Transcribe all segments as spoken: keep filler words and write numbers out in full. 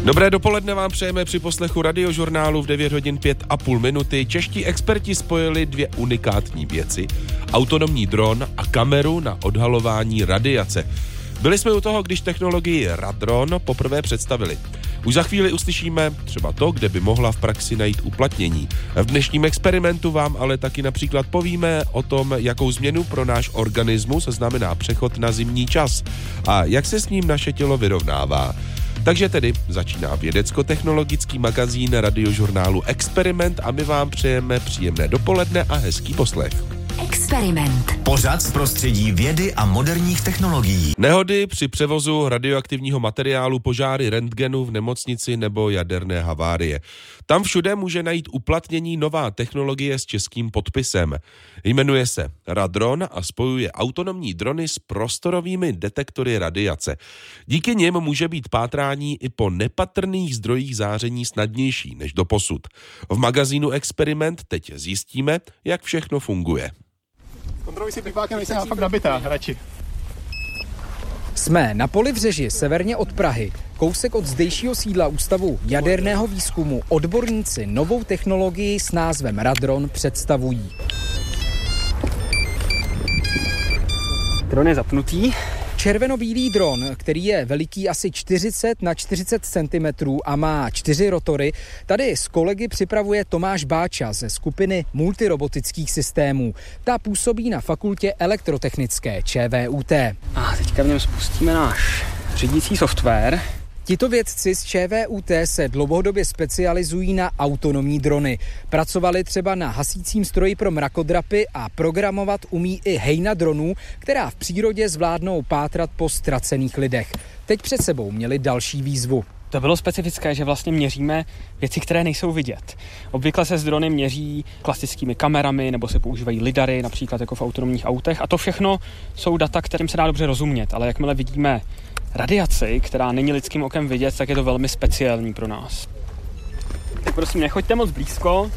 Dobré dopoledne vám přejeme při poslechu Radiožurnálu v devět hodin pět a půl minuty. Čeští experti spojili dvě unikátní věci. Autonomní dron a kameru na odhalování radiace. Byli jsme u toho, když technologii Radron poprvé představili. Už za chvíli uslyšíme třeba to, kde by mohla v praxi najít uplatnění. V dnešním experimentu vám ale taky například povíme o tom, jakou změnu pro náš organismus znamená přechod na zimní čas a jak se s ním naše tělo vyrovnává. Takže tedy začíná vědecko-technologický magazín Radiožurnálu Experiment a my vám přejeme příjemné dopoledne a hezký poslech. Experiment. Pořad z prostředí vědy a moderních technologií. Nehody při převozu radioaktivního materiálu, požáry rentgenu v nemocnici nebo jaderné havárie. Tam všude může najít uplatnění nová technologie s českým podpisem. Jmenuje se Radron a spojuje autonomní drony s prostorovými detektory radiace. Díky nim může být pátrání i po nepatrných zdrojích záření snadnější než doposud. V magazínu Experiment teď zjistíme, jak všechno funguje. Kontroluj si pichvákem, nejsem fakt nabitá, radši. Jsme na poli v Řeži, severně od Prahy. Kousek od zdejšího sídla Ústavu jaderného výzkumu odborníci novou technologii s názvem Radron představují. Dron je zapnutý. Červenobílý dron, který je veliký asi čtyřicet na čtyřicet centimetrů a má čtyři rotory, tady s kolegy připravuje Tomáš Báča ze skupiny multirobotických systémů. Ta působí na fakultě elektrotechnické ČVUT. A teďka v něm spustíme náš řídící software. Tito vědci z ČVUT se dlouhodobě specializují na autonomní drony. Pracovali třeba na hasícím stroji pro mrakodrapy a programovat umí i hejna dronů, která v přírodě zvládnou pátrat po ztracených lidech. Teď před sebou měli další výzvu. To bylo specifické, že vlastně měříme věci, které nejsou vidět. Obvykle se z drony měří klasickými kamerami nebo se používají lidary, například jako v autonomních autech. A to všechno jsou data, kterým se dá dobře rozumět, ale jakmile vidíme radiaci, která není lidským okem vidět, tak je to velmi speciální pro nás. Tak prosím, nechoďte moc blízko.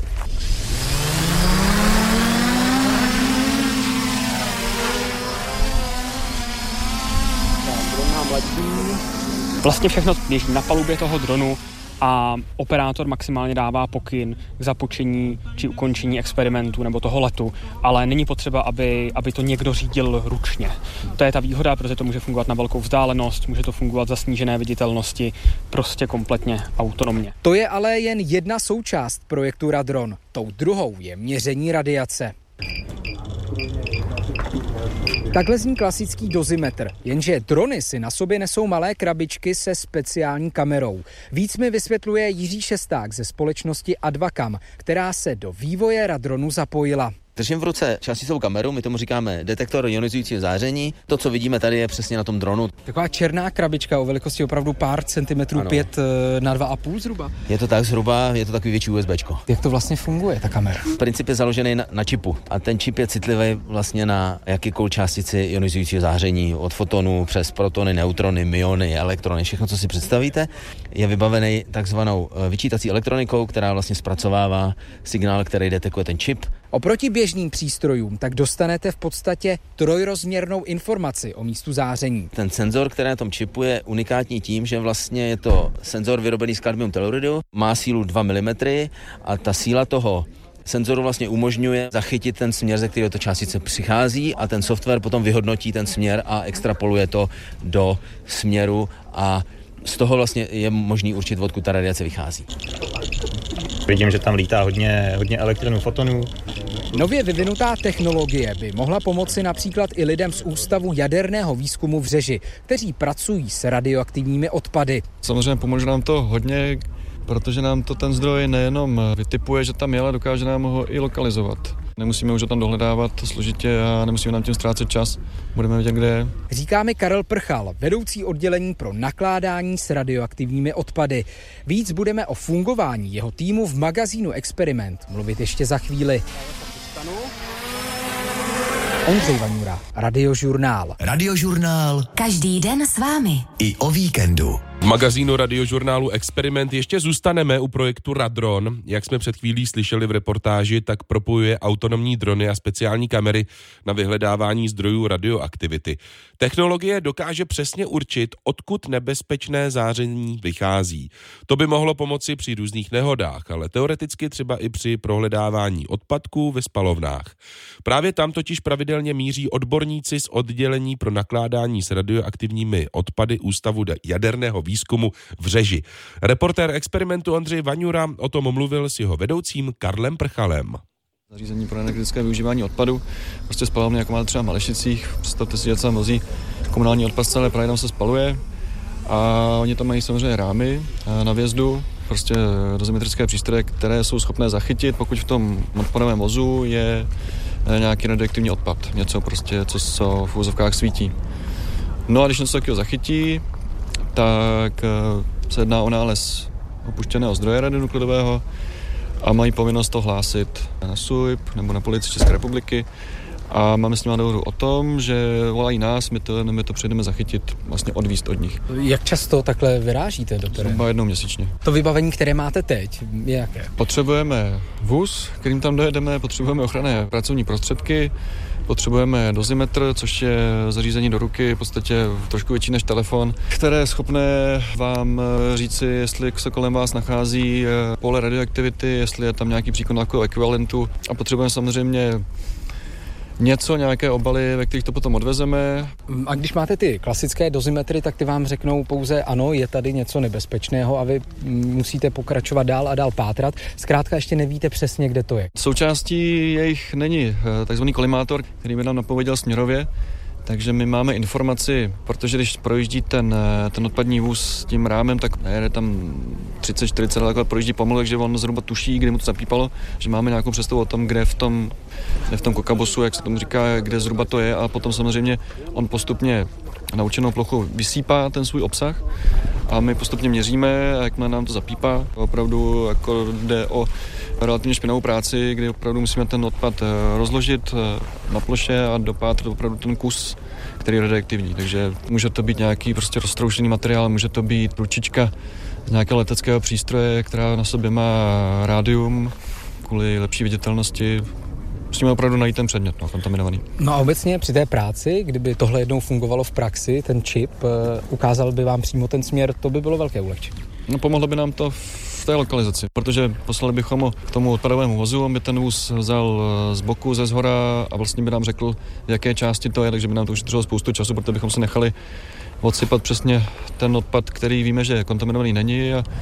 Dron nám letí. Vlastně všechno běží na palubě toho dronu a operátor maximálně dává pokyn k započení či ukončení experimentu nebo toho letu, ale není potřeba, aby, aby to někdo řídil ručně. To je ta výhoda, protože to může fungovat na velkou vzdálenost, může to fungovat za snížené viditelnosti, prostě kompletně autonomně. To je ale jen jedna součást projektu Radron. Tou druhou je měření radiace. Takhle zní klasický dozimetr, jenže drony si na sobě nesou malé krabičky se speciální kamerou. Víc mi vysvětluje Jiří Šesták ze společnosti Advacam, která se do vývoje Radronu zapojila. Držím v ruce časticovou kameru, my tomu říkáme detektor ionizujícího záření. To, co vidíme tady, je přesně na tom dronu. Taková černá krabička o velikosti opravdu pár centimetrů, ano. pět na dva a půl zhruba. Je to tak zhruba, je to takový větší USBčko. Jak to vlastně funguje, ta kamera? Princip je založený na, na čipu a ten čip je citlivý vlastně na jakýkoliv částici ionizujícího záření, od fotonů přes protony, neutrony, myony, elektrony, všechno, co si představíte. Je vybavený takzvanou vyčítací elektronikou, která vlastně zpracovává signál, který detekuje ten čip. Oproti běžným přístrojům tak dostanete v podstatě trojrozměrnou informaci o místu záření. Ten senzor, který na tom čipu, je unikátní tím, že vlastně je to senzor vyrobený z kadmium telluridu, má sílu dva milimetry a ta síla toho senzoru vlastně umožňuje zachytit ten směr, ze kterého to částice přichází a ten software potom vyhodnotí ten směr a extrapoluje to do směru a z toho vlastně je možný určit, odkud ta radiace vychází. Vidím, že tam lítá hodně, hodně elektronů, fotonů. Nově vyvinutá technologie by mohla pomoci například i lidem z Ústavu jaderného výzkumu v Řeži, kteří pracují s radioaktivními odpady. Samozřejmě pomůže nám to hodně, protože nám to ten zdroj nejenom vytipuje, že tam je, ale dokáže nám ho i lokalizovat. Nemusíme už ho tam dohledávat složitě a nemusíme nám tím ztrácet čas. Budeme vědět, kde je. Říká mi Karel Prchal, vedoucí oddělení pro nakládání s radioaktivními odpady. Víc budeme o fungování jeho týmu v magazínu Experiment mluvit ještě za chvíli. Ondřej Vaňura, Radiožurnál. Radiožurnál. Každý den s vámi. I o víkendu. V magazínu radiožurnálu Experiment ještě zůstaneme u projektu Radron. Jak jsme před chvílí slyšeli v reportáži, tak propojuje autonomní drony a speciální kamery na vyhledávání zdrojů radioaktivity. Technologie dokáže přesně určit, odkud nebezpečné záření vychází. To by mohlo pomoci při různých nehodách, ale teoreticky třeba i při prohledávání odpadků ve spalovnách. Právě tam totiž pravidelně míří odborníci z oddělení pro nakládání s radioaktivními odpady Ústavu jaderného výzkumu v Řeži. Reportér Experimentu Ondřej Vaňura o tom mluvil s jeho vedoucím Karlem Prchalem. Zařízení pro energetické využívání odpadu, prostě spalovny, jako máte třeba v Malešicích. Představte si, že se tam vozí komunální odpad z celé Prahy, tam se spaluje a oni tam mají samozřejmě rámy na vjezdu, prostě dozimetrické přístroje, které jsou schopné zachytit, pokud v tom odpadovém vozu je nějaký radioaktivní odpad, něco prostě, co, co v úzovkách svítí. No a když něco takového zachytí, tak se jedná o nález opuštěného zdroje radionukleidového a mají povinnost to hlásit na S U I P nebo na Policii České republiky a máme s nimi dohodu o tom, že volají nás, my to, my to přijdeme zachytit, vlastně odvízt od nich. Jak často takhle vyrážíte do terénu? Zhruba jednou měsíčně. To vybavení, které máte teď, je jaké? Potřebujeme vůz, kterým tam dojedeme, potřebujeme ochranné pracovní prostředky, potřebujeme dozimetr, což je zařízení do ruky, v podstatě trošku větší než telefon, které je schopné vám říci, jestli se kolem vás nachází pole radioaktivity, jestli je tam nějaký příkon takového ekvivalentu a potřebujeme samozřejmě něco, nějaké obaly, ve kterých to potom odvezeme. A když máte ty klasické dozimetry, tak ty vám řeknou pouze ano, je tady něco nebezpečného a vy musíte pokračovat dál a dál pátrat. Zkrátka ještě nevíte přesně, kde to je. Součástí jejich není takzvaný kolimátor, který by nám napověděl směrově, takže my máme informaci, protože když projíždí ten, ten odpadní vůz s tím rámem, tak jede tam třicet čtyřicet, takhle projíždí pomalu, takže on zhruba tuší, kdy mu to zapípalo, že máme nějakou představu o tom, kde v tom, kde v tom kokabosu, jak se tomu říká, kde zhruba to je a potom samozřejmě on postupně na určenou plochu vysýpá ten svůj obsah a my postupně měříme a jakmile nám to zapípá, opravdu jako jde o relativně špinavou práci, kdy opravdu musíme ten odpad rozložit na ploše a dopátrat opravdu ten kus, který je radioaktivní. Takže může to být nějaký prostě roztroušený materiál, může to být ručička z nějakého leteckého přístroje, která na sobě má rádium kvůli lepší viditelnosti. Musíme opravdu najít ten předmět, no, kontaminovaný. No a obecně při té práci, kdyby tohle jednou fungovalo v praxi, ten čip, ukázal by vám přímo ten směr, to by bylo velké ulehčení. No pomohlo by nám to v té lokalizaci, protože poslali bychom ho k tomu odpadovému vozu, on by ten vůz vzal z boku, ze zhora a vlastně by nám řekl, v jaké části to je, takže by nám to ušetřilo spoustu času, protože bychom se nechali odsypat přesně ten odpad, který víme, že kontaminovaný není a,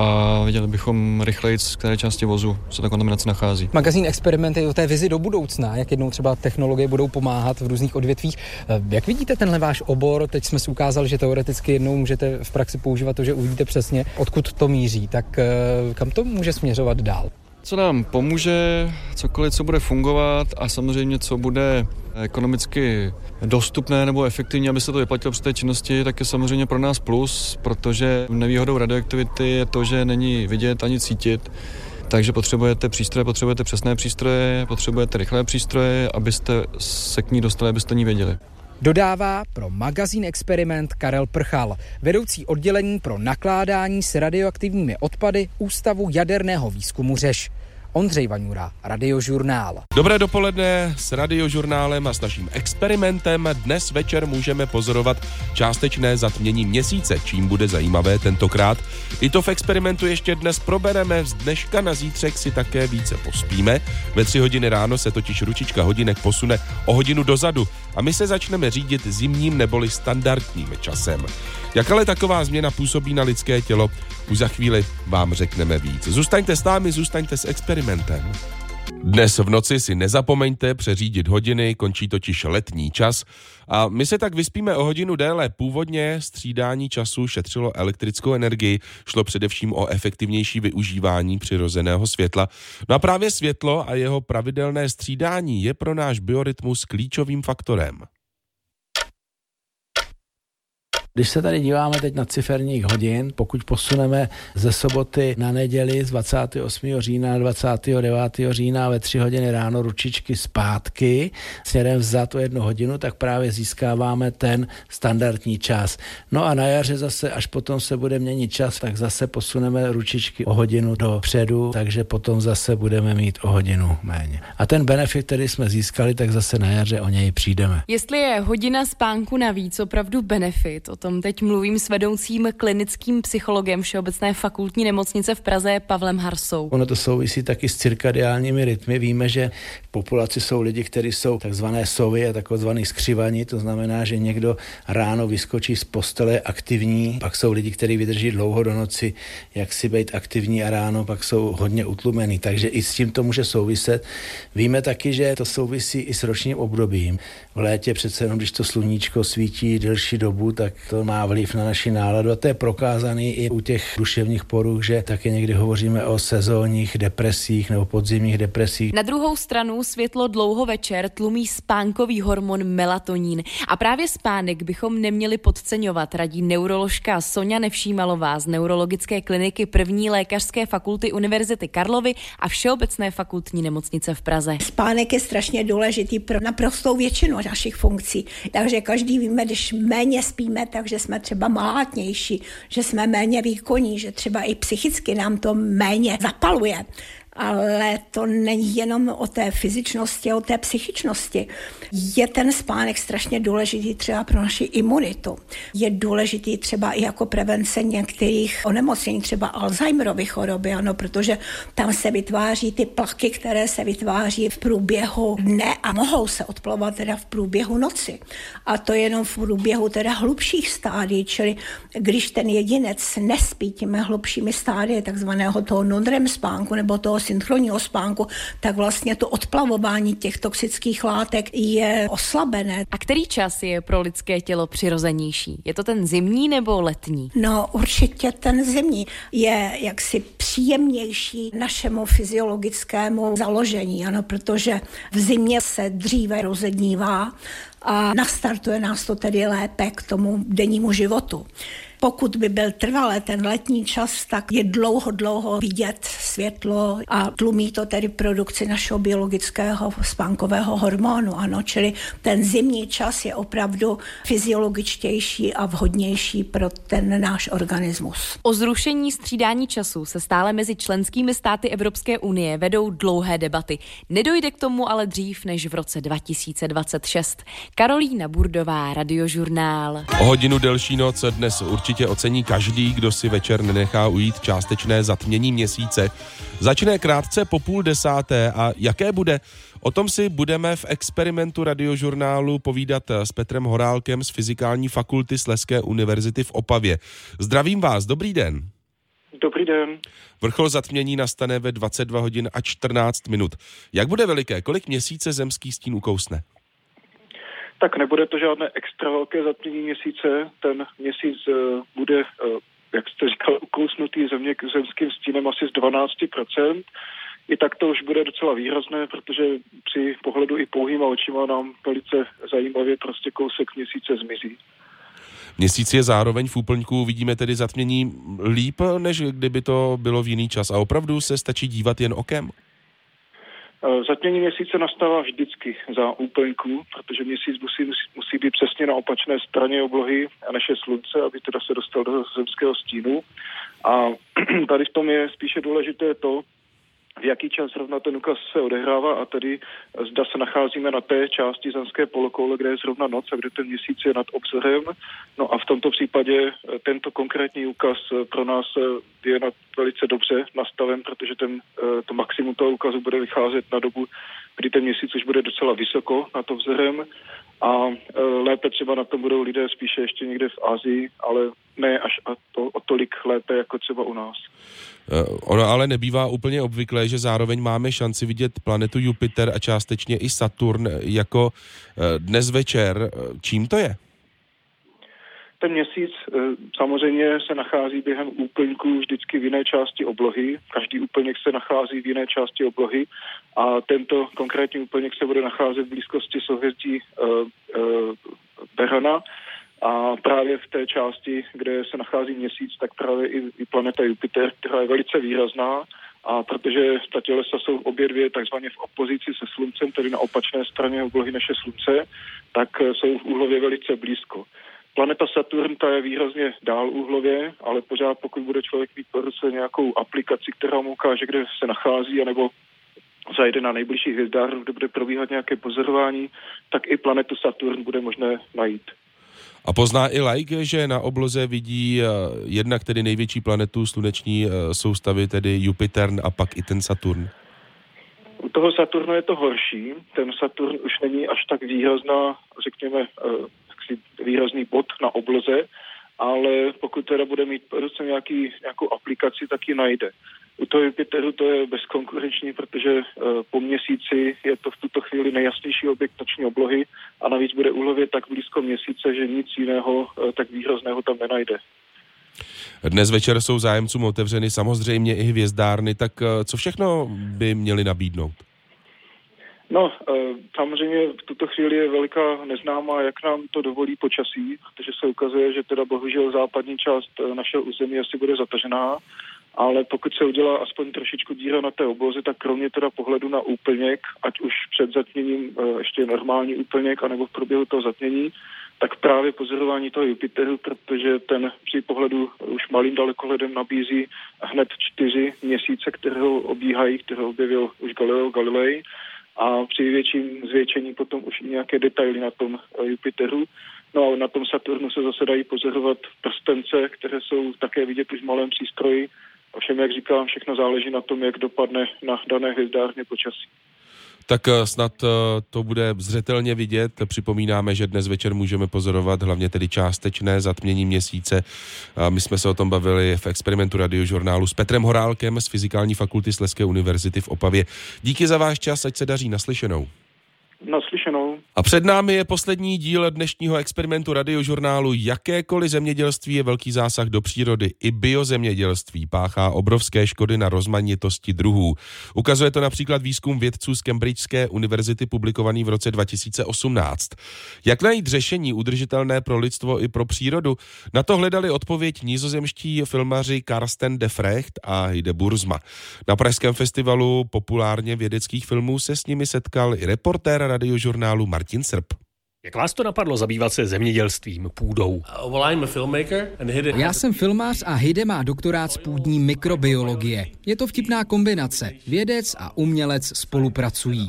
a viděli bychom rychleji, z které části vozu se ta kontaminace nachází. Magazín Experiment je o té vizi do budoucna, jak jednou třeba technologie budou pomáhat v různých odvětvích. Jak vidíte tenhle váš obor? Teď jsme si ukázali, že teoreticky jednou můžete v praxi používat to, že uvidíte přesně, odkud to míří. Tak kam to může směřovat dál? Co nám pomůže, cokoliv, co bude fungovat a samozřejmě, co bude ekonomicky dostupné nebo efektivní, aby se to vyplatilo při té činnosti, tak je samozřejmě pro nás plus, protože nevýhodou radioaktivity je to, že není vidět ani cítit, takže potřebujete přístroje, potřebujete přesné přístroje, potřebujete rychlé přístroje, abyste se k ní dostali, abyste ní věděli. Dodává pro magazín Experiment Karel Prchal, vedoucí oddělení pro nakládání s radioaktivními odpady Ústavu jaderného výzkumu Řeš. Ondřej Vaňura, Radiožurnál. Dobré dopoledne s Radiožurnálem a s naším experimentem. Dnes večer můžeme pozorovat částečné zatmění měsíce, čím bude zajímavé tentokrát. I to v experimentu ještě dnes probereme, z dneška na zítřek si také více pospíme. Ve tři hodiny ráno se totiž ručička hodinek posune o hodinu dozadu a my se začneme řídit zimním neboli standardním časem. Jak ale taková změna působí na lidské tělo, už za chvíli vám řekneme víc. Zůstaňte s námi, zůstaňte s experimentem. Dnes v noci si nezapomeňte přeřídit hodiny, končí totiž letní čas a my se tak vyspíme o hodinu déle. Původně střídání času šetřilo elektrickou energii, šlo především o efektivnější využívání přirozeného světla. No a právě světlo a jeho pravidelné střídání je pro náš biorytmus klíčovým faktorem. Když se tady díváme teď na ciferních hodin, pokud posuneme ze soboty na neděli z dvacátého osmého října na dvacátého devátého října ve tři hodiny ráno ručičky zpátky směrem vzad o jednu hodinu, tak právě získáváme ten standardní čas. No a na jaře zase, až potom se bude měnit čas, tak zase posuneme ručičky o hodinu dopředu, takže potom zase budeme mít o hodinu méně. A ten benefit, který jsme získali, tak zase na jaře o něj přijdeme. Jestli je hodina spánku navíc opravdu benefit, o tom teď mluvím s vedoucím klinickým psychologem Všeobecné fakultní nemocnice v Praze Pavlem Harsou. Ono to souvisí taky s cirkadiálními rytmy. Víme, že v populaci jsou lidi, kteří jsou takzvané sovy a takzvaný skřivaní, to znamená, že někdo ráno vyskočí z postele aktivní, pak jsou lidi, kteří vydrží dlouho do noci, jak si být aktivní a ráno pak jsou hodně utlumený, takže i s tím to může souviset. Víme taky, že to souvisí i s ročním obdobím. V létě přece jenom, když to sluníčko svítí delší dobu, tak to má vliv na naši náladu a to je prokázaný i u těch duševních poruch, že taky někdy hovoříme o sezónních depresích nebo podzimních depresích. Na druhou stranu světlo dlouho večer tlumí spánkový hormon melatonín a právě spánek bychom neměli podceňovat, radí neuroložka Soňa Nevšímalová z neurologické kliniky první lékařské fakulty Univerzity Karlovy a Všeobecné fakultní nemocnice v Praze. Spánek je strašně důležitý pro naprostou většinu našich funkcí, takže každý víme, když méně spíme, takže jsme třeba malátnější, že jsme méně výkonní, že třeba i psychicky nám to méně zapaluje. Ale to není jenom o té fyzičnosti, o té psychičnosti. Je ten spánek strašně důležitý třeba pro naši imunitu. Je důležitý třeba i jako prevence některých onemocnění, třeba Alzheimerovy choroby, ano, protože tam se vytváří ty plaky, které se vytváří v průběhu dne a mohou se odplavovat teda v průběhu noci. A to jenom v průběhu teda hlubších stádií, čili když ten jedinec nespí těmi hlubšími stádii takzvaného toho non-REM spánku nebo toho synchronního spánku, tak vlastně to odplavování těch toxických látek je oslabené. A který čas je pro lidské tělo přirozenější? Je to ten zimní nebo letní? No určitě ten zimní je jaksi příjemnější našemu fyziologickému založení, ano, protože v zimě se dříve rozednívá a nastartuje nás to tedy lépe k tomu dennímu životu. Pokud by byl trvalé ten letní čas, tak je dlouho, dlouho vidět světlo a tlumí to tedy produkci našeho biologického spánkového hormonu. Ano, čili ten zimní čas je opravdu fyziologičtější a vhodnější pro ten náš organismus. O zrušení střídání času se stále mezi členskými státy Evropské unie vedou dlouhé debaty. Nedojde k tomu ale dřív než v roce dva tisíce dvacet šest. Karolína Burdová, Radiožurnál. O hodinu delší noc dnes určitě ocení každý, kdo si večer nenechá ujít částečné zatmění měsíce. Začne krátce po půl desáté a jaké bude? O tom si budeme v experimentu Radiožurnálu povídat s Petrem Horálkem z Fyzikální fakulty Slezské univerzity v Opavě. Zdravím vás, dobrý den. Dobrý den. Vrchol zatmění nastane ve dvacet dva hodin a čtrnáct minut. Jak bude veliké? Kolik měsíce zemský stín ukousne? Tak nebude to žádné extra velké zatmění měsíce. Ten měsíc uh, bude, uh, jak jste říkal, ukousnutý země, zemským stínem asi z dvanáct procent. I tak to už bude docela výrazné, protože při pohledu i pouhýma očima nám velice zajímavě prostě kousek měsíce zmizí. Měsíc je zároveň v úplňku, vidíme tedy zatmění líp, než kdyby to bylo v jiný čas. A opravdu se stačí dívat jen okem? Zatmění měsíce nastává vždycky za úplňku, protože měsíc musí, musí být přesně na opačné straně oblohy než je slunce, aby teda se dostal do zemského stínu. A tady v tom je spíše důležité to, v jaký čas zrovna ten úkaz se odehrává a tedy zda se nacházíme na té části zemské polokoule, kde je zrovna noc a kde ten měsíc je nad obzorem. No a v tomto případě tento konkrétní úkaz pro nás je na velice dobře nastaven, protože ten, to maximum toho úkazu bude vycházet na dobu, kdy ten měsíc už bude docela vysoko nad obzorem a lépe třeba na tom budou lidé spíše ještě někde v Asii, ale ne až a to, o tolik lépe jako třeba u nás. Ono ale nebývá úplně obvyklé, že zároveň máme šanci vidět planetu Jupiter a částečně i Saturn jako dnes večer. Čím to je? Ten měsíc samozřejmě se nachází během úplňku vždycky v jiné části oblohy. Každý úplněk se nachází v jiné části oblohy a tento konkrétní úplněk se bude nacházet v blízkosti souhvězdí uh, uh, Berana. A právě v té části, kde se nachází měsíc, tak právě i, i planeta Jupiter, která je velice výrazná. A protože ta tělesa jsou obě dvě takzvaně v opozici se Sluncem, tedy na opačné straně oblohy než je Slunce, tak jsou v úhlově velice blízko. Planeta Saturn, ta je výrazně dál úhlově, ale pořád pokud bude člověk mít po ruce nějakou aplikaci, která mu ukáže, kde se nachází, anebo zajde na nejbližší hvězdárnu, kde bude probíhat nějaké pozorování, tak i planetu Saturn bude možné najít. A pozná i laik, že na obloze vidí jednak tedy největší planetu sluneční soustavy, tedy Jupiter, a pak i ten Saturn? U toho Saturnu je to horší. Ten Saturn už není až tak výrazná, řekněme, výrazný bod na obloze, ale pokud teda bude mít po ruce nějaký, nějakou aplikaci, tak ji najde. U toho Jupiteru to je bezkonkurenční, protože po měsíci je to v tuto chvíli nejjasnější objekt noční oblohy a navíc bude úhlově tak blízko měsíce, že nic jiného tak výrazného tam nenajde. Dnes večer jsou zájemcům otevřeny samozřejmě i hvězdárny, tak co všechno by měli nabídnout? No, samozřejmě v tuto chvíli je veliká neznámá, jak nám to dovolí počasí, protože se ukazuje, že teda bohužel západní část našeho území asi bude zatažená, ale pokud se udělá aspoň trošičku díra na té obloze, tak kromě teda pohledu na úplněk, ať už před zatměním ještě normální úplněk, anebo v průběhu toho zatmění, tak právě pozorování toho Jupiteru, protože ten při pohledu už malým dalekohledem nabízí hned čtyři měsíce, které ho obíhají, které objevil už Galileo Galilei, a při větším zvětšení potom už i nějaké detaily na tom Jupiteru. No a na tom Saturnu se zase dají pozorovat prstence, které jsou také vidět už v malém přístroji. Ovšem, jak říkám, všechno záleží na tom, jak dopadne na dané hvězdárně počasí. Tak snad to bude zřetelně vidět. Připomínáme, že dnes večer můžeme pozorovat hlavně tedy částečné zatmění měsíce. My jsme se o tom bavili v experimentu Radiožurnálu s Petrem Horálkem z Fyzikální fakulty Slezské univerzity v Opavě. Díky za váš čas, ať se daří, naslyšenou. Naslyšenou. A před námi je poslední díl dnešního experimentu Radiožurnálu. Jakékoliv zemědělství je velký zásah do přírody. I biozemědělství páchá obrovské škody na rozmanitosti druhů. Ukazuje to například výzkum vědců z Cambridgeské univerzity publikovaný v roce dva tisíce osmnáct. Jak najít řešení udržitelné pro lidstvo i pro přírodu? Na to hledali odpověď nizozemští filmaři Karsten de Vrecht a Hide Boersma. Na pražském festivalu populárně vědeckých filmů se s nimi setkal i reportér Radiožurnálu Martin Srb. Jak vás to napadlo zabývat se zemědělstvím, půdou? Já jsem filmář a Hide má doktorát z půdní mikrobiologie. Je to vtipná kombinace. Vědec a umělec spolupracují.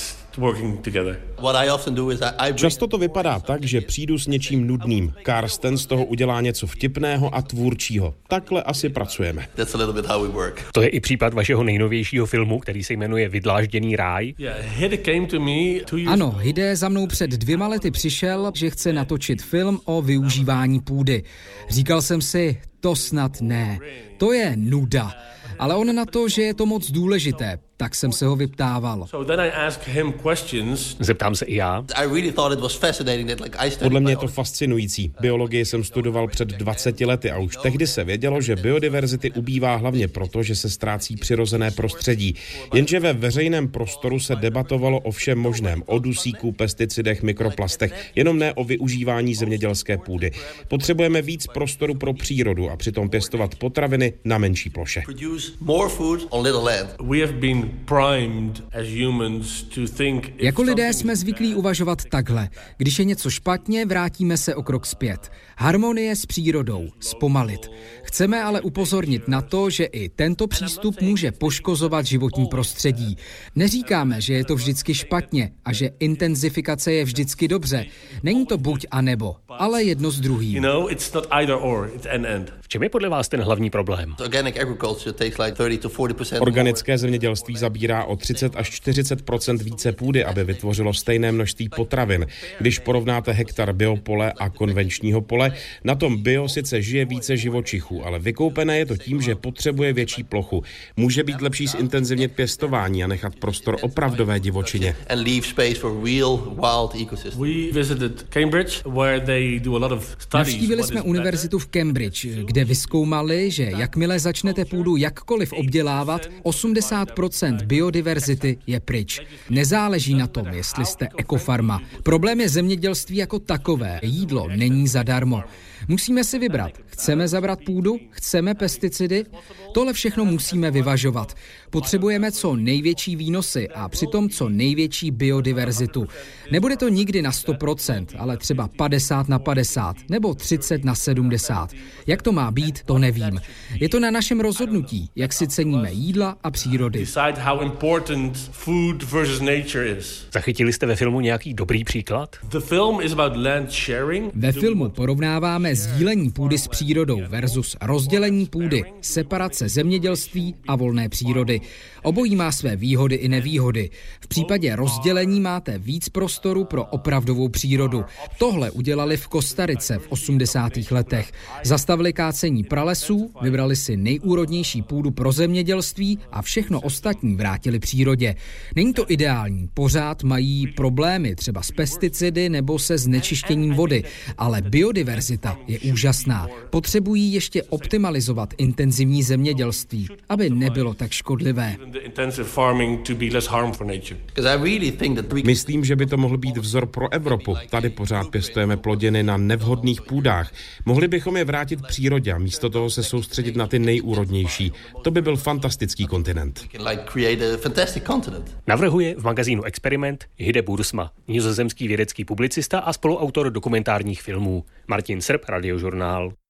Často to vypadá tak, že přijdu s něčím nudným. Karsten z toho udělá něco vtipného a tvůrčího. Takhle asi pracujeme. To je i případ vašeho nejnovějšího filmu, který se jmenuje Vydlážděný ráj. Ano, Hide za mnou před dvěma lety přišel, že chce natočit film o využívání půdy. Říkal jsem si, to snad ne. To je nuda. Ale on na to, že je to moc důležité, tak jsem se ho vyptával. Zeptám se i já. Podle mě je to fascinující. Biologii jsem studoval před dvaceti lety a už tehdy se vědělo, že biodiverzity ubývá hlavně proto, že se ztrácí přirozené prostředí. Jenže ve veřejném prostoru se debatovalo o všem možném, o dusíku, pesticidech, mikroplastech, jenom ne o využívání zemědělské půdy. Potřebujeme víc prostoru pro přírodu a přitom pěstovat potraviny na menší ploše. Jako lidé jsme zvyklí uvažovat takhle. Když je něco špatně, vrátíme se o krok zpět. Harmonie s přírodou, zpomalit. Chceme ale upozornit na to, že i tento přístup může poškozovat životní prostředí. Neříkáme, že je to vždycky špatně a že intenzifikace je vždycky dobře. Není to buď a nebo, ale jedno z druhým. V čem je podle vás ten hlavní problém? Organické zemědělství zabírá o třicet až čtyřicet procent více půdy, aby vytvořilo stejné množství potravin. Když porovnáte hektar biopole a konvenčního pole, na tom bio sice žije více živočichů, ale vykoupené je to tím, že potřebuje větší plochu. Může být lepší zintenzivnit pěstování a nechat prostor opravdové divočině. Navštívili jsme univerzitu v Cambridge, kde vyzkoumali, že jakmile začnete půdu jakkoliv obdělávat, osmdesát procent procent biodiverzity je pryč. Nezáleží na tom, jestli jste ekofarma. Problém je zemědělství jako takové. Jídlo není zadarmo. Musíme si vybrat. Chceme zabrat půdu? Chceme pesticidy? Tohle všechno musíme vyvažovat. Potřebujeme co největší výnosy a přitom co největší biodiverzitu. Nebude to nikdy na sto procent, ale třeba padesát na padesát nebo třicet na sedmdesát. Jak to má být, to nevím. Je to na našem rozhodnutí, jak si ceníme jídla a přírody. Zachytili jste ve filmu nějaký dobrý příklad? Ve filmu porovnáváme sdílení půdy s přírodou versus rozdělení půdy, separace zemědělství a volné přírody. Obojí má své výhody i nevýhody. V případě rozdělení máte víc prostoru pro opravdovou přírodu. Tohle udělali v Kostarice v osmdesátých letech. Zastavili kácení pralesů, vybrali si nejúrodnější půdu pro zemědělství a všechno ostatní vrátili přírodě. Není to ideální, pořád mají problémy, třeba s pesticidy nebo se znečištěním vody, ale biodiverzita je úžasná. Potřebují ještě optimalizovat intenzivní zemědělství, aby nebylo tak škodlivé. Myslím, že by to mohl být vzor pro Evropu. Tady pořád pěstujeme plodiny na nevhodných půdách. Mohli bychom je vrátit přírodě a místo toho se soustředit na ty nejúrodnější. To by byl fantastický kontinent. Navrhuje v magazínu Experiment Hide Boersma, nizozemský vědecký publicista a spoluautor dokumentárních filmů. Martin Srb, Radiožurnál.